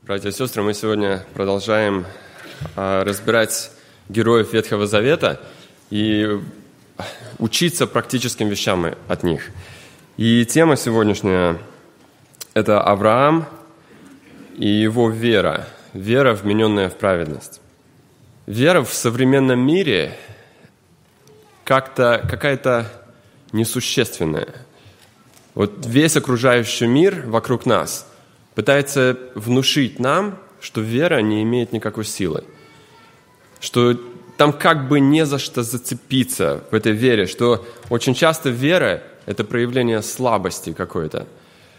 Братья и сестры, мы сегодня продолжаем разбирать героев Ветхого Завета и учиться практическим вещам от них. И тема сегодняшняя – это Авраам и его вера, вера, вмененная в праведность. Вера в современном мире какая-то несущественная. Вот весь окружающий мир вокруг нас пытается внушить нам, что вера не имеет никакой силы, что там как бы не за что зацепиться в этой вере, что очень часто вера – это проявление слабости какой-то,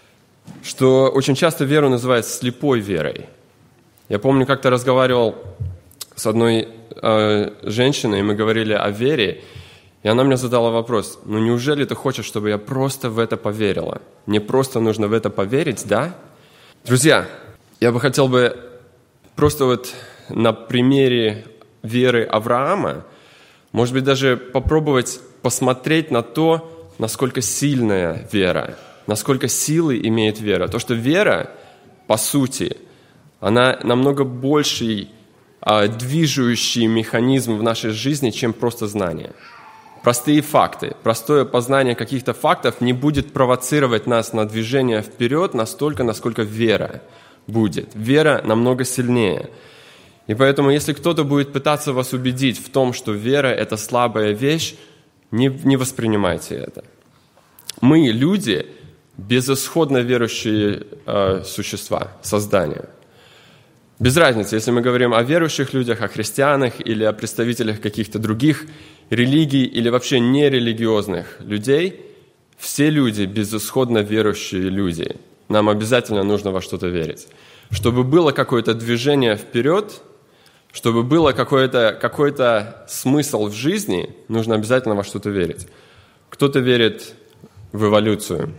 что очень часто веру называют слепой верой. Я помню, как-то разговаривал с одной женщиной, и мы говорили о вере, и она мне задала вопрос: ну неужели ты хочешь, чтобы я просто в это поверила? Мне просто нужно в это поверить, да? Друзья, я бы хотел просто вот на примере веры Авраама, может быть, даже попробовать посмотреть на то, насколько сильная вера, насколько силы имеет вера. То, что вера, по сути, она намного больший движущий механизм в нашей жизни, чем просто знание. Простые факты, простое познание каких-то фактов не будет провоцировать нас на движение вперед настолько, насколько вера будет. Вера намного сильнее. И поэтому, если кто-то будет пытаться вас убедить в том, что вера – это слабая вещь, не воспринимайте это. Мы, люди, безысходно верующие существа, создания. Без разницы, если мы говорим о верующих людях, о христианах или о представителях каких-то других религий или вообще нерелигиозных людей, все люди безысходно верующие люди. Нам обязательно нужно во что-то верить. Чтобы было какое-то движение вперед, чтобы было какой-то смысл в жизни, нужно обязательно во что-то верить. Кто-то верит в эволюцию.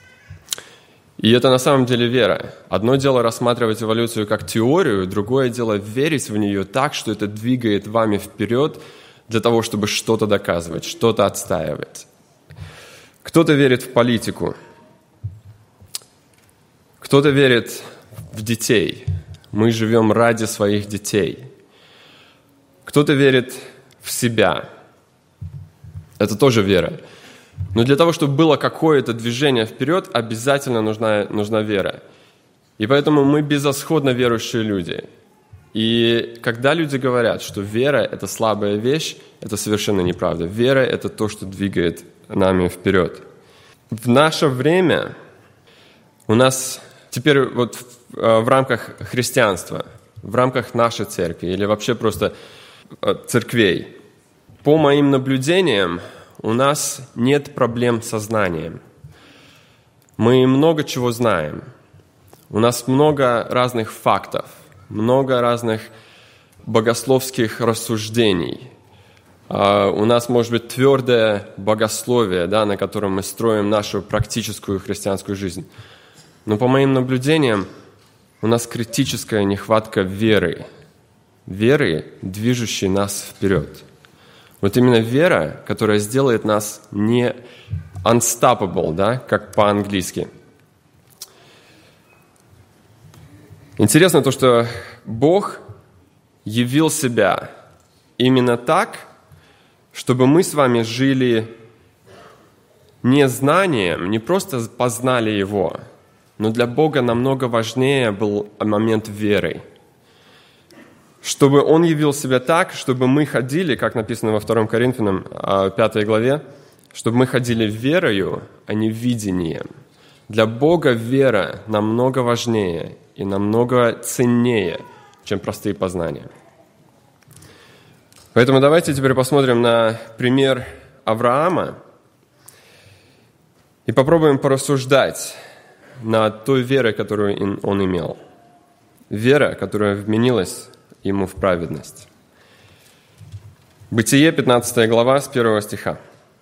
И это на самом деле вера. Одно дело рассматривать эволюцию как теорию, другое дело верить в нее так, что это двигает вами вперед для того, чтобы что-то доказывать, что-то отстаивать. Кто-то верит в политику, кто-то верит в детей. Мы живем ради своих детей. Кто-то верит в себя. Это тоже вера. Но для того, чтобы было какое-то движение вперед, обязательно нужна вера. И поэтому мы безысходно верующие люди. И когда люди говорят, что вера – это слабая вещь, это совершенно неправда. Вера – это то, что двигает нами вперед. В наше время у нас теперь вот в рамках христианства, в рамках нашей церкви или вообще просто церквей, по моим наблюдениям, у нас нет проблем со знанием. Мы много чего знаем. У нас много разных фактов, много разных богословских рассуждений. У нас может быть твердое богословие, да, на котором мы строим нашу практическую христианскую жизнь. Но по моим наблюдениям у нас критическая нехватка веры, движущей нас вперед. Вот именно вера, которая сделает нас не unstoppable, да, как по-английски. Интересно то, что Бог явил себя именно так, чтобы мы с вами жили не знанием, не просто познали Его, но для Бога намного важнее был момент веры. Чтобы Он явил себя так, чтобы мы ходили, как написано во 2 Коринфянам 5 главе, чтобы мы ходили верою, а не видением. Для Бога вера намного важнее и намного ценнее, чем простые познания. Поэтому давайте теперь посмотрим на пример Авраама и попробуем порассуждать над той верой, которую он имел. Вера, которая вменилась ему в праведность. Бытие, 15 глава, с 1 стиха.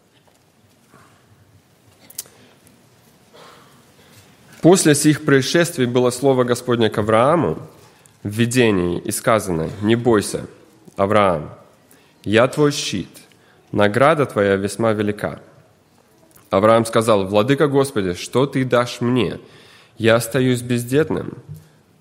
«После сих происшествий было слово Господне к Аврааму в видении, и сказано: „Не бойся, Авраам, я твой щит, награда твоя весьма велика“. Авраам сказал: „Владыка Господи, что ты дашь мне? Я остаюсь бездетным.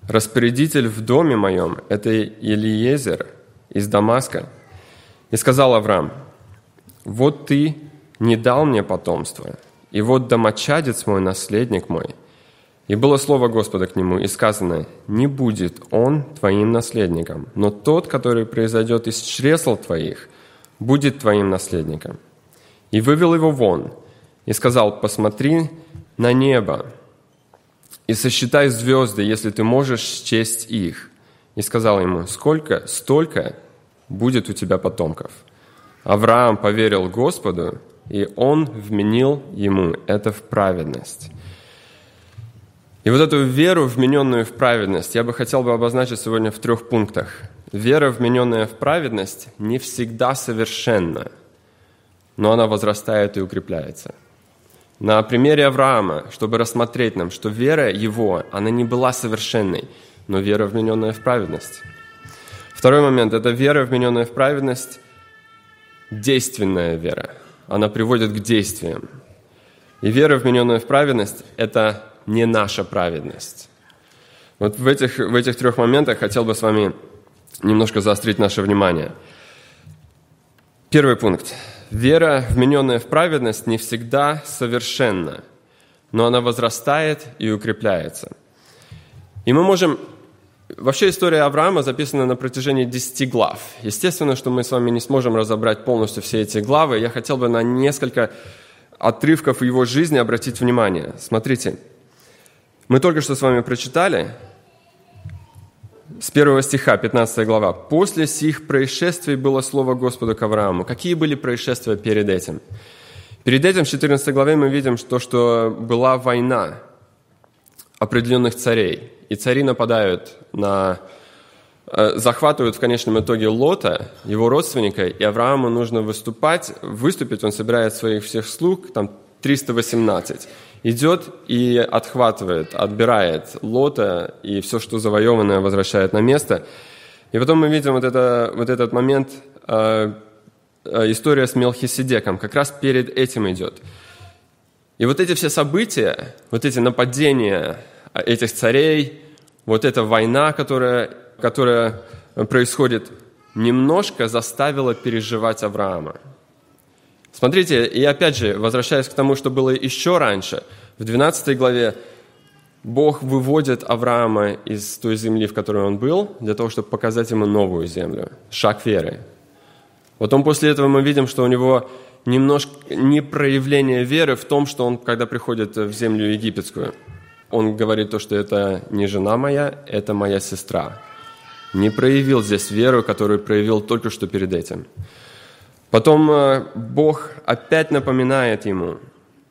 Распорядитель в доме моем – это Елиезер из Дамаска. И сказал Авраам: вот ты не дал мне потомства, и вот домочадец мой, наследник мой. И было слово Господа к нему, и сказано: не будет он твоим наследником, но тот, который произойдет из чресл твоих, будет твоим наследником. И вывел его вон, и сказал: посмотри на небо, и сосчитай звезды, если ты можешь счесть их. И сказал ему: сколько, столько будет у тебя потомков. Авраам поверил Господу, и он вменил ему это в праведность. И вот эту веру, вмененную в праведность, я бы хотел обозначить сегодня в 3 пунктах. Вера, вмененная в праведность, не всегда совершенна, но она возрастает и укрепляется. На примере Авраама, чтобы рассмотреть нам, что вера его, она не была совершенной, но вера, вмененная в праведность. Второй момент – это вера, вмененная в праведность, действенная вера. Она приводит к действиям. И вера, вмененная в праведность – это не наша праведность. Вот в этих 3 моментах хотел бы с вами немножко заострить наше внимание. Первый пункт. Вера, вмененная в праведность, не всегда совершенна, но она возрастает и укрепляется. И мы можем... Вообще история Авраама записана на протяжении 10 глав. Естественно, что мы с вами не сможем разобрать полностью все эти главы. Я хотел бы на несколько отрывков его жизни обратить внимание. Смотрите. Мы только что с вами прочитали с 1 стиха, 15 глава. «После сих происшествий было слово Господу к Аврааму». Какие были происшествия перед этим? Перед этим в 14 главе мы видим, что была война определенных царей. И цари нападают захватывают в конечном итоге Лота, его родственника, и Аврааму нужно выступить, он собирает своих всех слуг, там 318, идет и отбирает Лота, и все, что завоеванное, возвращает на место. И потом мы видим вот этот момент, история с Мелхиседеком, как раз перед этим идет. И вот эти все события, вот эти нападения этих царей, вот эта война, которая происходит, немножко заставила переживать Авраама. Смотрите, и опять же, возвращаясь к тому, что было еще раньше, в 12 главе Бог выводит Авраама из той земли, в которой он был, для того, чтобы показать ему новую землю, шаг веры. Потом после этого мы видим, что у него немножко не проявление веры в том, что он, когда приходит в землю египетскую, он говорит то, что это не жена моя, это моя сестра. Не проявил здесь веру, которую проявил только что перед этим. Потом Бог опять напоминает ему,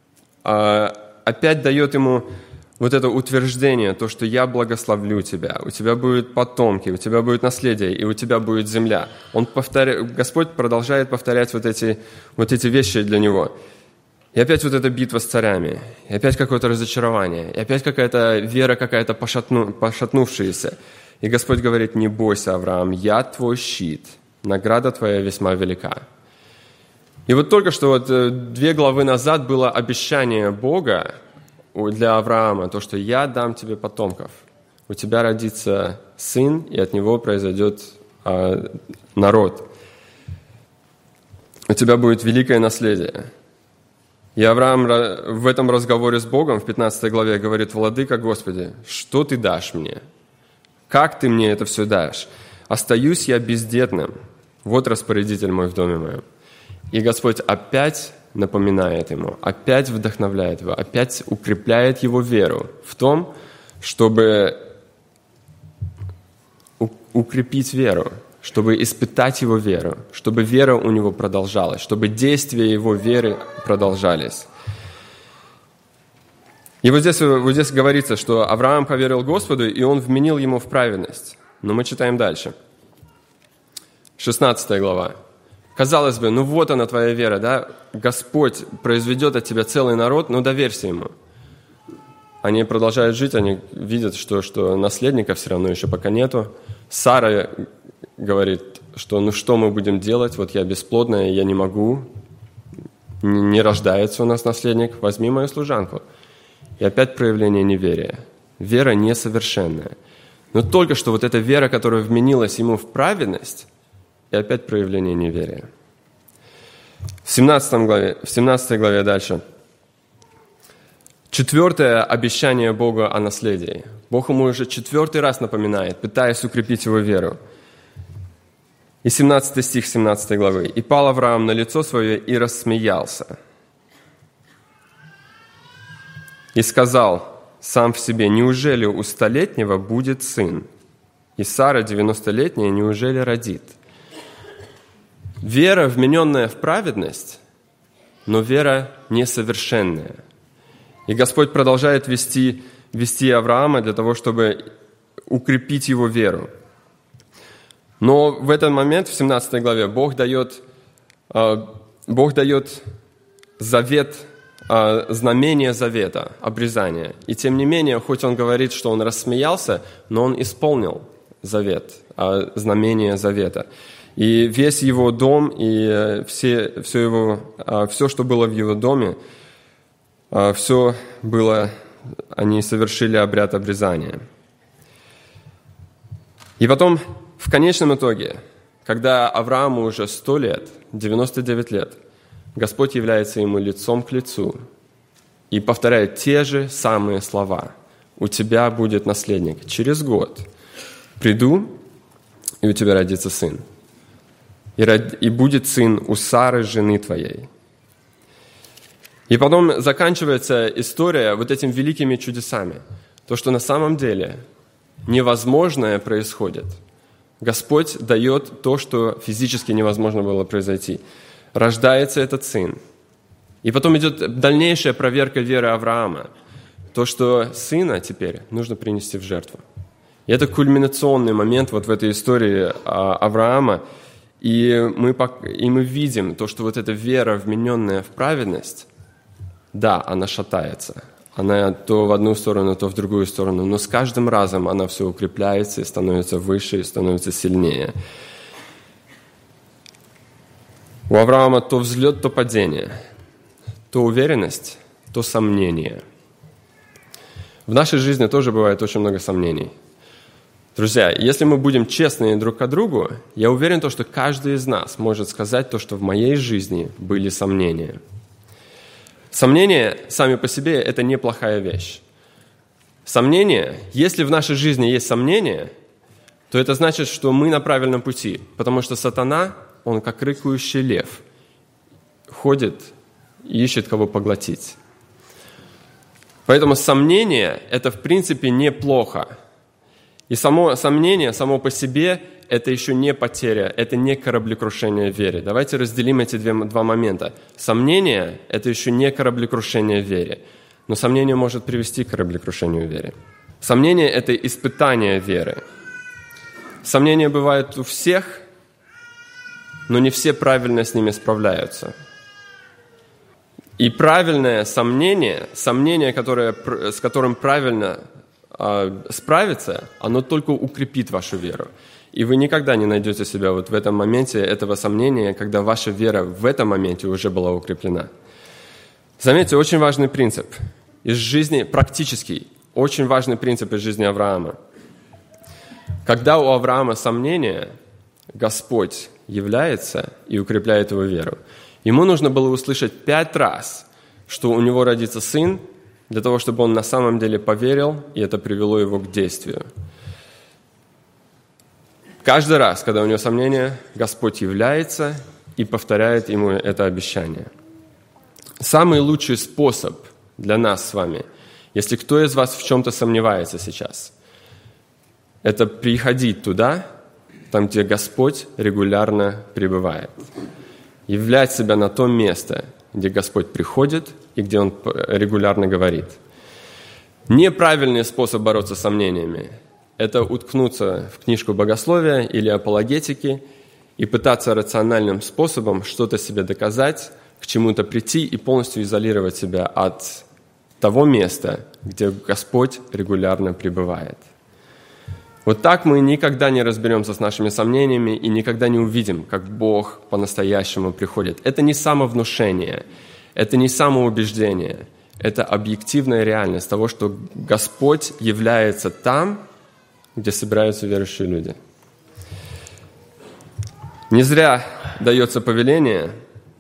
опять дает ему вот это утверждение, то, что я благословлю тебя, у тебя будут потомки, у тебя будет наследие, и у тебя будет земля. Господь продолжает повторять вот эти вещи для него. И опять вот эта битва с царями, и опять какое-то разочарование, и опять какая-то вера какая-то пошатнувшаяся. И Господь говорит: не бойся, Авраам, я твой щит, награда твоя весьма велика. И вот только что 2 главы назад было обещание Бога для Авраама, то, что я дам тебе потомков. У тебя родится сын, и от него произойдет народ. У тебя будет великое наследие. И Авраам в этом разговоре с Богом в 15 главе говорит: «Владыка Господи, что ты дашь мне? Как ты мне это все дашь? Остаюсь я бездетным. Вот распорядитель мой в доме моем». И Господь опять напоминает ему, опять вдохновляет его, опять укрепляет его веру в том, чтобы укрепить веру, чтобы испытать его веру, чтобы вера у него продолжалась, чтобы действия его веры продолжались. И вот здесь говорится, что Авраам поверил Господу, и он вменил ему в праведность. Но мы читаем дальше. 16 глава. Казалось бы, вот она твоя вера, да? Господь произведет от тебя целый народ, но доверься ему. Они продолжают жить, они видят, что наследника все равно еще пока нету. Сара говорит, что что мы будем делать? Вот я бесплодная, я не могу, не рождается у нас наследник, возьми мою служанку. И опять проявление неверия. Вера несовершенная. Но только что вот эта вера, которая вменилась ему в праведность, и опять проявление неверия. В 17 главе дальше. 4 обещание Бога о наследии. Бог ему уже 4 раз напоминает, пытаясь укрепить его веру. И 17 стих 17 главы. «И пал Авраам на лицо свое и рассмеялся. И сказал сам в себе: неужели у 100-летнего будет сын? И Сара, 90-летняя, неужели родит?» Вера, вмененная в праведность, но вера несовершенная. И Господь продолжает вести Авраама для того, чтобы укрепить его веру. Но в этот момент, в 17 главе, Бог дает завет, знамение завета, обрезание. И тем не менее, хоть он говорит, что он рассмеялся, но он исполнил завет, знамение завета. И весь его дом, и все, что было в его доме, все было, они совершили обряд обрезания. И потом, в конечном итоге, когда Аврааму уже 100 лет, 99 лет, Господь является ему лицом к лицу и повторяет те же самые слова: «У тебя будет наследник. Через год приду, и у тебя родится сын. И будет сын у Сары, жены твоей». И потом заканчивается история вот этими великими чудесами. То, что на самом деле невозможное происходит. Господь дает то, что физически невозможно было произойти. Рождается этот сын. И потом идет дальнейшая проверка веры Авраама. То, что сына теперь нужно принести в жертву. И это кульминационный момент вот в этой истории Авраама. И мы видим то, что вот эта вера, вмененная в праведность, да, она шатается. Она то в одну сторону, то в другую сторону. Но с каждым разом она все укрепляется и становится выше, и становится сильнее. У Авраама то взлет, то падение. То уверенность, то сомнение. В нашей жизни тоже бывает очень много сомнений. Друзья, если мы будем честны друг к другу, я уверен, что каждый из нас может сказать то, что в моей жизни были сомнения. Сомнения сами по себе – это неплохая вещь. Сомнения, если в нашей жизни есть сомнения, то это значит, что мы на правильном пути, потому что сатана, он как рыкающий лев, ходит и ищет кого поглотить. Поэтому сомнение – это в принципе неплохо. И сомнение само по себе – это еще не потеря, это не кораблекрушение в вере. Давайте разделим эти два момента. Сомнение – это еще не кораблекрушение в вере, но сомнение может привести к кораблекрушению в вере. Сомнение – это испытание веры. Сомнения бывают у всех, но не все правильно с ними справляются. И правильное сомнение, с которым правильно справиться, оно только укрепит вашу веру. И вы никогда не найдете себя вот в этом моменте этого сомнения, когда ваша вера в этом моменте уже была укреплена. Заметьте, очень важный принцип из жизни, практический, очень важный принцип из жизни Авраама. Когда у Авраама сомнения, Господь является и укрепляет его веру. Ему нужно было услышать 5 раз, что у него родится сын, для того, чтобы он на самом деле поверил, и это привело его к действию. Каждый раз, когда у него сомнения, Господь является и повторяет ему это обещание. Самый лучший способ для нас с вами, если кто из вас в чем-то сомневается сейчас, это приходить туда, там, где Господь регулярно пребывает. Являть себя на то место, где Господь приходит и где Он регулярно говорит. Неправильный способ бороться с сомнениями – это уткнуться в книжку богословия или апологетики и пытаться рациональным способом что-то себе доказать, к чему-то прийти и полностью изолировать себя от того места, где Господь регулярно пребывает. Вот так мы никогда не разберемся с нашими сомнениями и никогда не увидим, как Бог по-настоящему приходит. Это не самовнушение, это не самоубеждение, это объективная реальность того, что Господь является там, где собираются верующие люди. Не зря дается повеление: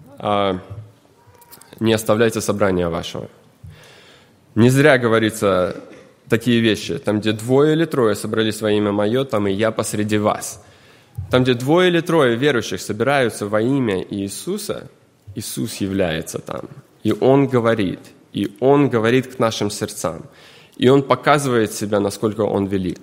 не оставляйте собрания вашего. Не зря говорится такие вещи: там, где 2 или 3 собрались во имя Мое, там и Я посреди вас. Там, где 2 или 3 верующих собираются во имя Иисуса, Иисус является там. И Он говорит к нашим сердцам. И Он показывает себя, насколько Он велик.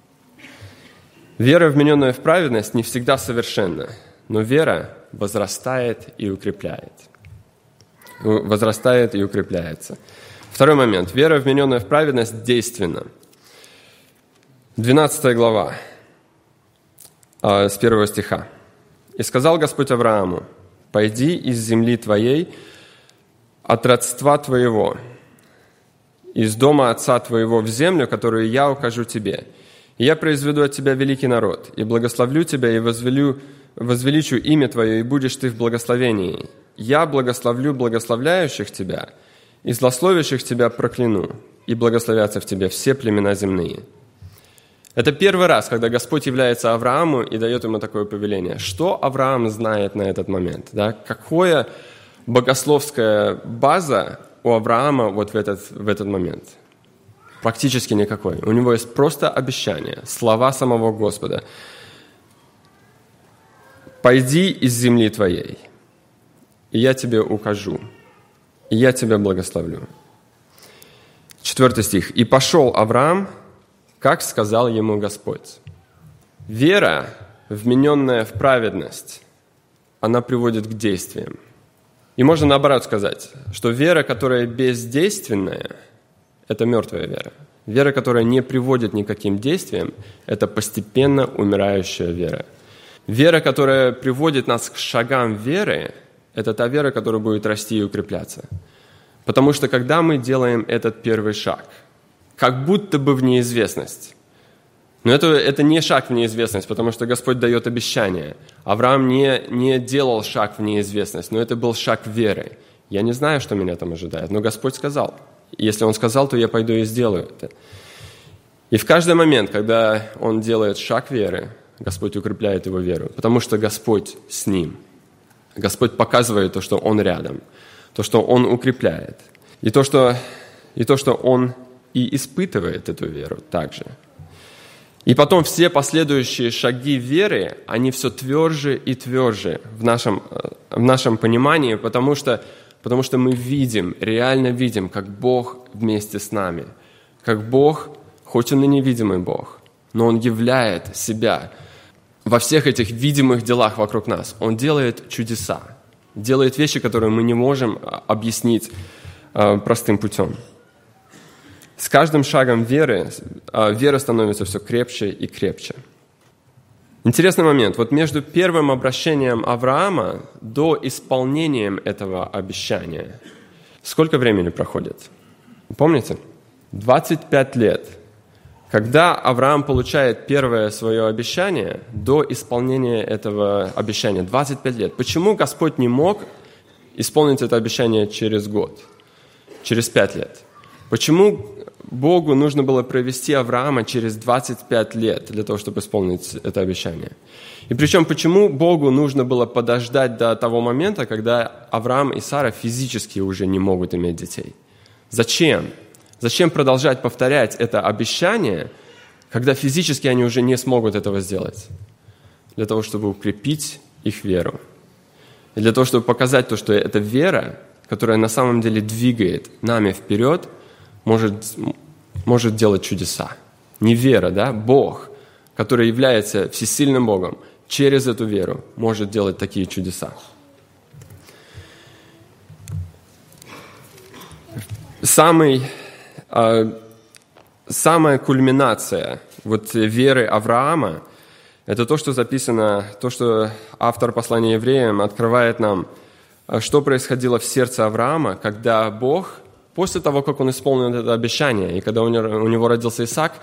Вера, вмененная в праведность, не всегда совершенна, но вера возрастает и укрепляет. Возрастает и укрепляется. Второй момент. Вера, вмененная в праведность, действенна. 12 глава, с 1 стиха. «И сказал Господь Аврааму: пойди из земли твоей, от родства твоего, из дома отца твоего в землю, которую я укажу тебе. И я произведу от тебя великий народ, и благословлю тебя, и возвеличу имя твое, и будешь ты в благословении. Я благословлю благословляющих тебя, и злословящих тебя прокляну, и благословятся в тебе все племена земные». Это первый раз, когда Господь является Аврааму и дает ему такое повеление. Что Авраам знает на этот момент? Да? Какая богословская база у Авраама вот в этот момент? Практически никакой. У него есть просто обещание, слова самого Господа. «Пойди из земли твоей, и я тебе укажу, и я тебя благословлю». 4 стих. «И пошел Авраам, как сказал ему Господь». Вера, вмененная в праведность, она приводит к действиям. И можно наоборот сказать, что вера, которая бездейственная, это мертвая вера. Вера, которая не приводит ни к каким действиям, это постепенно умирающая вера. Вера, которая приводит нас к шагам веры, это та вера, которая будет расти и укрепляться. Потому что когда мы делаем этот первый шаг, как будто бы в неизвестность, но это не шаг в неизвестность, потому что Господь дает обещание. Авраам не делал шаг в неизвестность, но это был шаг веры. Я не знаю, что меня там ожидает, но Господь сказал. Если Он сказал, то я пойду и сделаю это. И в каждый момент, когда он делает шаг веры, Господь укрепляет его веру, потому что Господь с ним. Господь показывает то, что Он рядом, то, что Он укрепляет, и то, что Он и испытывает эту веру также. И потом все последующие шаги веры, они все тверже и тверже в нашем понимании, потому что мы видим, реально видим, как Бог вместе с нами, как Бог, хоть Он и невидимый Бог, но Он являет себя во всех этих видимых делах вокруг нас. Он делает чудеса, делает вещи, которые мы не можем объяснить простым путем. С каждым шагом веры, вера становится все крепче и крепче. Интересный момент. Вот между первым обращением Авраама до исполнения этого обещания сколько времени проходит? Помните? 25 лет. Когда Авраам получает первое свое обещание, до исполнения этого обещания 25 лет. Почему Господь не мог исполнить это обещание через год, через 5 лет? Почему Богу нужно было провести Авраама через 25 лет для того, чтобы исполнить это обещание? И причем, почему Богу нужно было подождать до того момента, когда Авраам и Сара физически уже не могут иметь детей? Зачем? Зачем продолжать повторять это обещание, когда физически они уже не смогут этого сделать? Для того, чтобы укрепить их веру. И для того, чтобы показать то, что эта вера, которая на самом деле двигает нами вперед, может делать чудеса. Не вера, да? Бог, который является всесильным Богом, через эту веру может делать такие чудеса. Самая кульминация вот веры Авраама – это то, что записано, то, что автор послания евреям открывает нам, что происходило в сердце Авраама, когда Бог, после того, как он исполнил это обещание, и когда у него родился Исаак,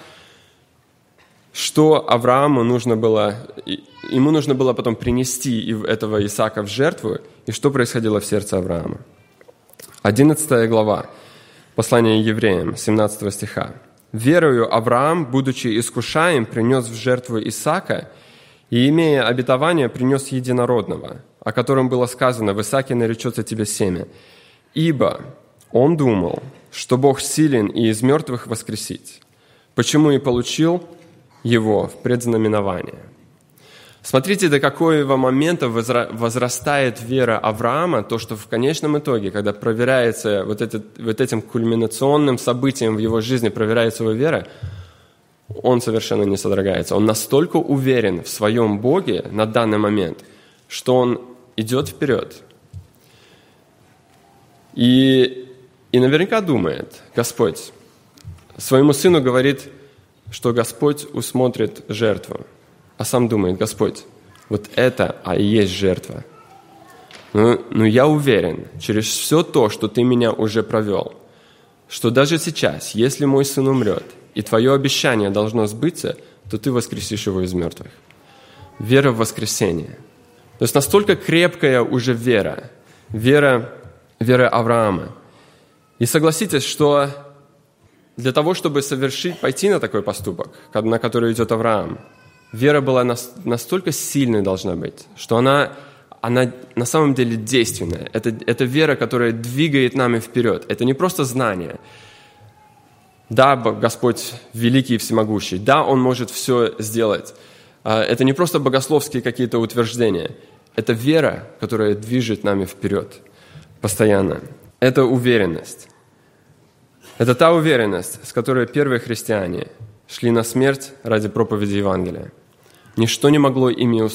что Аврааму нужно было, ему нужно было потом принести этого Исаака в жертву, и что происходило в сердце Авраама. 11 глава послания евреям, 17 стиха. Верою Авраам, будучи искушаем, принес в жертву Исаака, и, имея обетование, принес единородного, о котором было сказано: в Исааке наречется тебе семя. Ибо он думал, что Бог силен и из мертвых воскресить, почему и получил его в предзнаменование». Смотрите, до какого момента возрастает вера Авраама, то, что в конечном итоге, когда проверяется вот этим кульминационным событием в его жизни, проверяется его вера, он совершенно не содрогается. Он настолько уверен в своем Боге на данный момент, что он идет вперед. И наверняка думает: Господь, своему сыну говорит, что Господь усмотрит жертву. А сам думает: Господь, вот это и есть жертва. Но я уверен, через все то, что Ты меня уже провел, что даже сейчас, если мой сын умрет, и Твое обещание должно сбыться, то Ты воскресишь его из мертвых. Вера в воскресение. То есть настолько крепкая уже вера Авраама. И согласитесь, что для того, чтобы пойти на такой поступок, на который идет Авраам, вера была настолько сильной должна быть, что она на самом деле действенная. Это вера, которая двигает нами вперед. Это не просто знание. Да, Господь великий и всемогущий. Да, Он может все сделать. Это не просто богословские какие-то утверждения. Это вера, которая движет нами вперед постоянно. Это уверенность. Это та уверенность, с которой первые христиане шли на смерть ради проповеди Евангелия. Ничто не могло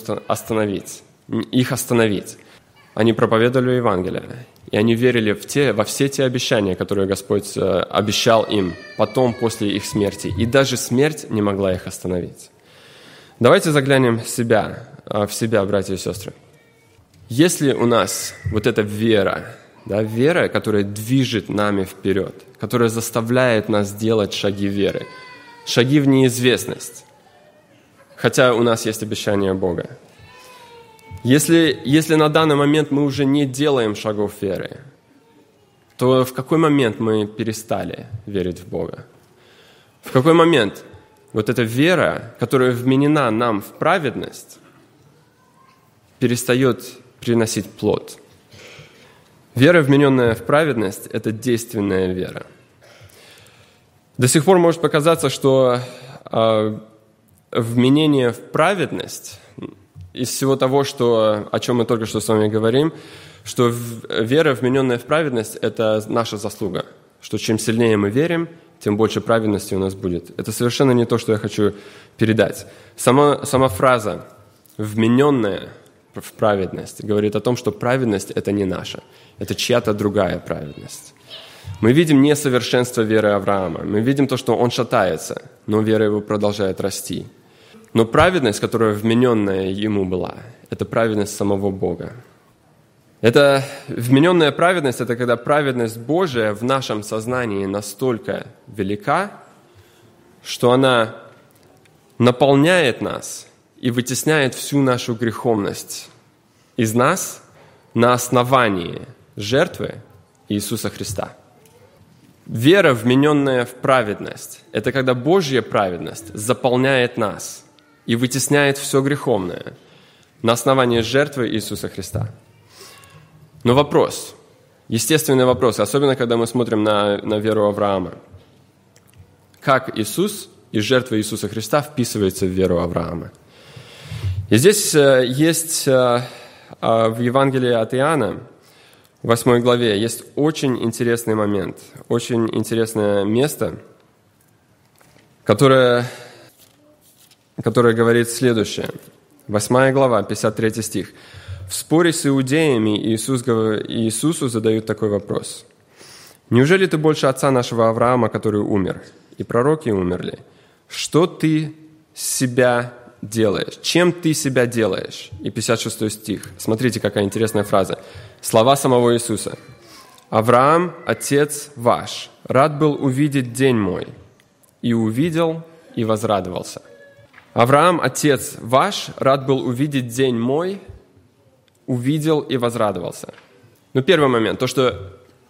их остановить. Они проповедовали Евангелие, и они верили во все те обещания, которые Господь обещал им потом, после их смерти. И даже смерть не могла их остановить. Давайте заглянем в себя, братья и сестры. Если у нас вот эта вера, вера, которая движет нами вперед, которая заставляет нас делать шаги веры, шаги в неизвестность, хотя у нас есть обещание Бога. Если на данный момент мы уже не делаем шагов веры, то в какой момент мы перестали верить в Бога? В какой момент вот эта вера, которая вменена нам в праведность, перестает приносить плод? Вера, вмененная в праведность, – это действенная вера. До сих пор может показаться, что вменение в праведность из всего того, о чем мы только что с вами говорим, что вера, вмененная в праведность, это наша заслуга, что чем сильнее мы верим, тем больше праведности у нас будет. Это совершенно не то, что я хочу передать. Сама фраза «вмененная в праведность» говорит о том, что праведность – это не наша, это чья-то другая праведность. Мы видим несовершенство веры Авраама, мы видим то, что он шатается, но вера его продолжает расти. Но праведность, которая вмененная ему была, это праведность самого Бога. Это вмененная праведность, это когда праведность Божия в нашем сознании настолько велика, что она наполняет нас и вытесняет всю нашу греховность из нас на основании жертвы Иисуса Христа. Вера, вмененная в праведность, это когда Божья праведность заполняет нас и вытесняет все греховное на основании жертвы Иисуса Христа. Но вопрос, естественный вопрос, особенно когда мы смотрим на веру Авраама. Как Иисус и жертва Иисуса Христа вписывается в веру Авраама? И здесь есть в Евангелии от Иоанна, в 8 главе, есть очень интересный момент, очень интересное место, которое говорит следующее. 8 глава, 53 стих. В споре с иудеями Иисусу задают такой вопрос. «Неужели ты больше отца нашего Авраама, который умер, и пророки умерли? Что ты себя делаешь? Чем ты себя делаешь?» И 56 стих. Смотрите, какая интересная фраза. Слова самого Иисуса. «Авраам, отец ваш, рад был увидеть день мой, и увидел, и возрадовался». Авраам, отец ваш, рад был увидеть день мой, увидел и возрадовался. Первый момент, то, что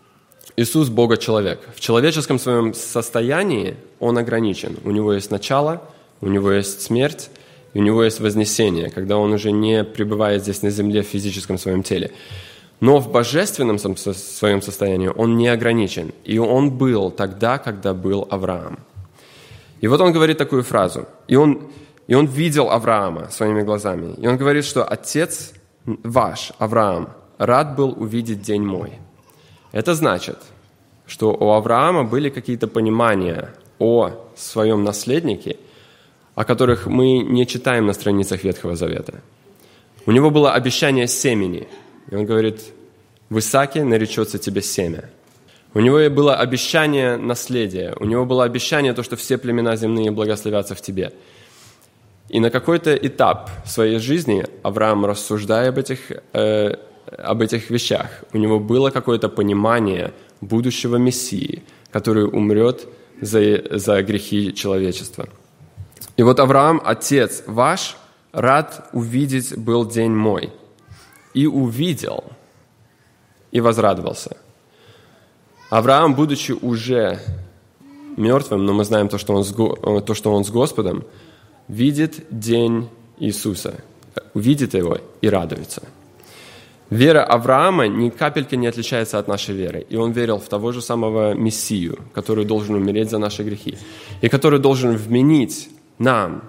Иисус Бога-человек. В человеческом своем состоянии Он ограничен. У Него есть начало, у Него есть смерть, и у Него есть вознесение, когда Он уже не пребывает здесь на земле в физическом своем теле. Но в божественном своем состоянии Он не ограничен. И Он был тогда, когда был Авраам. И вот Он говорит такую фразу. И он видел Авраама своими глазами. И Он говорит, что отец ваш, Авраам, рад был увидеть день мой. Это значит, что у Авраама были какие-то понимания о своем наследнике, о которых мы не читаем на страницах Ветхого Завета. У него было обещание семени. И он говорит, в Исааке наречется тебе семя. У него было обещание наследия. У него было обещание, то, что все племена земные благословятся в тебе. И на какой-то этап своей жизни Авраам, рассуждая об этих вещах, у него было какое-то понимание будущего Мессии, который умрет за грехи человечества. И вот Авраам, отец ваш, рад увидеть был день мой. И увидел, и возрадовался. Авраам, будучи уже мертвым, но мы знаем то, что он с Господом, видит день Иисуса, увидит его и радуется. Вера Авраама ни капельки не отличается от нашей веры. И он верил в того же самого Мессию, который должен умереть за наши грехи, и который должен вменить нам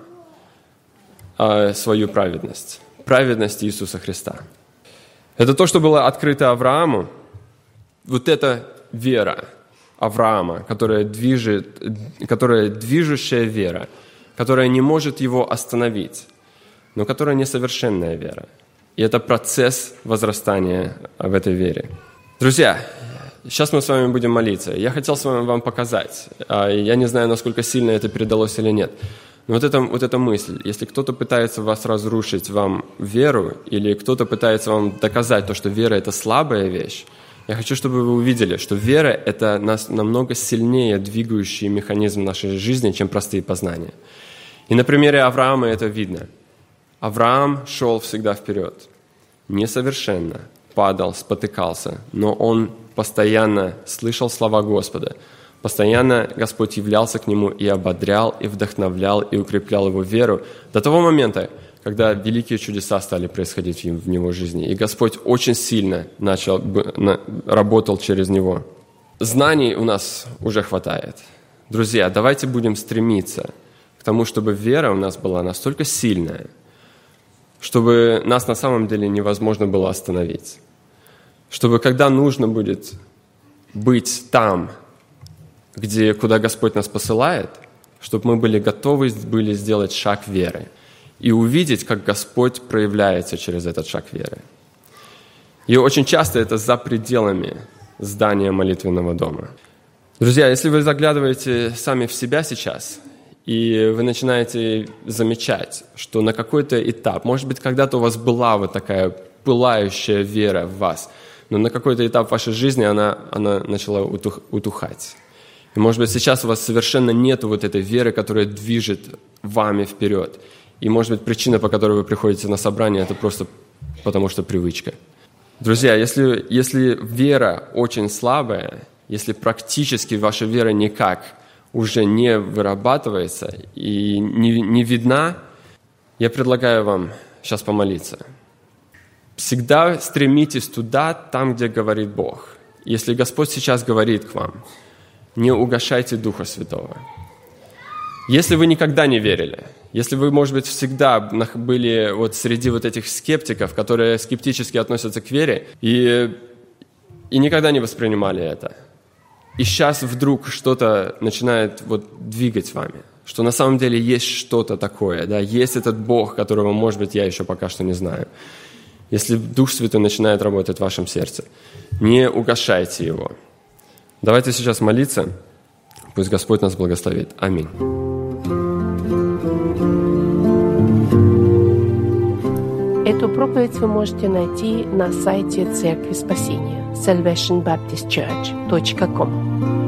свою праведность, праведность Иисуса Христа. Это то, что было открыто Аврааму. Вот эта вера Авраама, которая движущая вера, которая не может его остановить, но которая несовершенная вера. И это процесс возрастания в этой вере. Друзья, сейчас мы с вами будем молиться. Я хотел с вами вам показать. Я не знаю, насколько сильно это передалось или нет. Но вот эта мысль. Если кто-то пытается вас разрушить вам веру, или кто-то пытается вам доказать то, что вера – это слабая вещь, я хочу, чтобы вы увидели, что вера – это намного сильнее двигающий механизм нашей жизни, чем простые познания. И на примере Авраама это видно. Авраам шел всегда вперед, несовершенно, падал, спотыкался, но он постоянно слышал слова Господа, постоянно Господь являлся к нему и ободрял, и вдохновлял, и укреплял его веру до того момента, когда великие чудеса стали происходить в его жизни, и Господь очень сильно работал через него. Знаний у нас уже хватает. Друзья, давайте будем стремиться к тому, чтобы вера у нас была настолько сильная, чтобы нас на самом деле невозможно было остановить. Чтобы когда нужно будет быть там, куда Господь нас посылает, чтобы мы были готовы сделать шаг веры и увидеть, как Господь проявляется через этот шаг веры. И очень часто это за пределами здания молитвенного дома. Друзья, если вы заглядываете сами в себя сейчас, и вы начинаете замечать, что на какой-то этап, может быть, когда-то у вас была вот такая пылающая вера в вас, но на какой-то этап вашей жизни она начала утухать. И, может быть, сейчас у вас совершенно нет вот этой веры, которая движет вами вперед. И, может быть, причина, по которой вы приходите на собрание, это просто потому, что привычка. Друзья, если вера очень слабая, если практически ваша вера никак уже не вырабатывается и не видна, я предлагаю вам сейчас помолиться. Всегда стремитесь туда, там, где говорит Бог. Если Господь сейчас говорит к вам, не угашайте Духа Святого. Если вы никогда не верили, если вы, может быть, всегда были вот среди вот этих скептиков, которые скептически относятся к вере и никогда не воспринимали это, и сейчас вдруг что-то начинает двигать вами, что на самом деле есть что-то такое, да, есть этот Бог, которого, может быть, я еще пока что не знаю. Если Дух Святой начинает работать в вашем сердце, не угашайте Его. Давайте сейчас молиться, пусть Господь нас благословит. Аминь. Эту проповедь вы можете найти на сайте Церкви Спасения salvationbaptistchurch.com.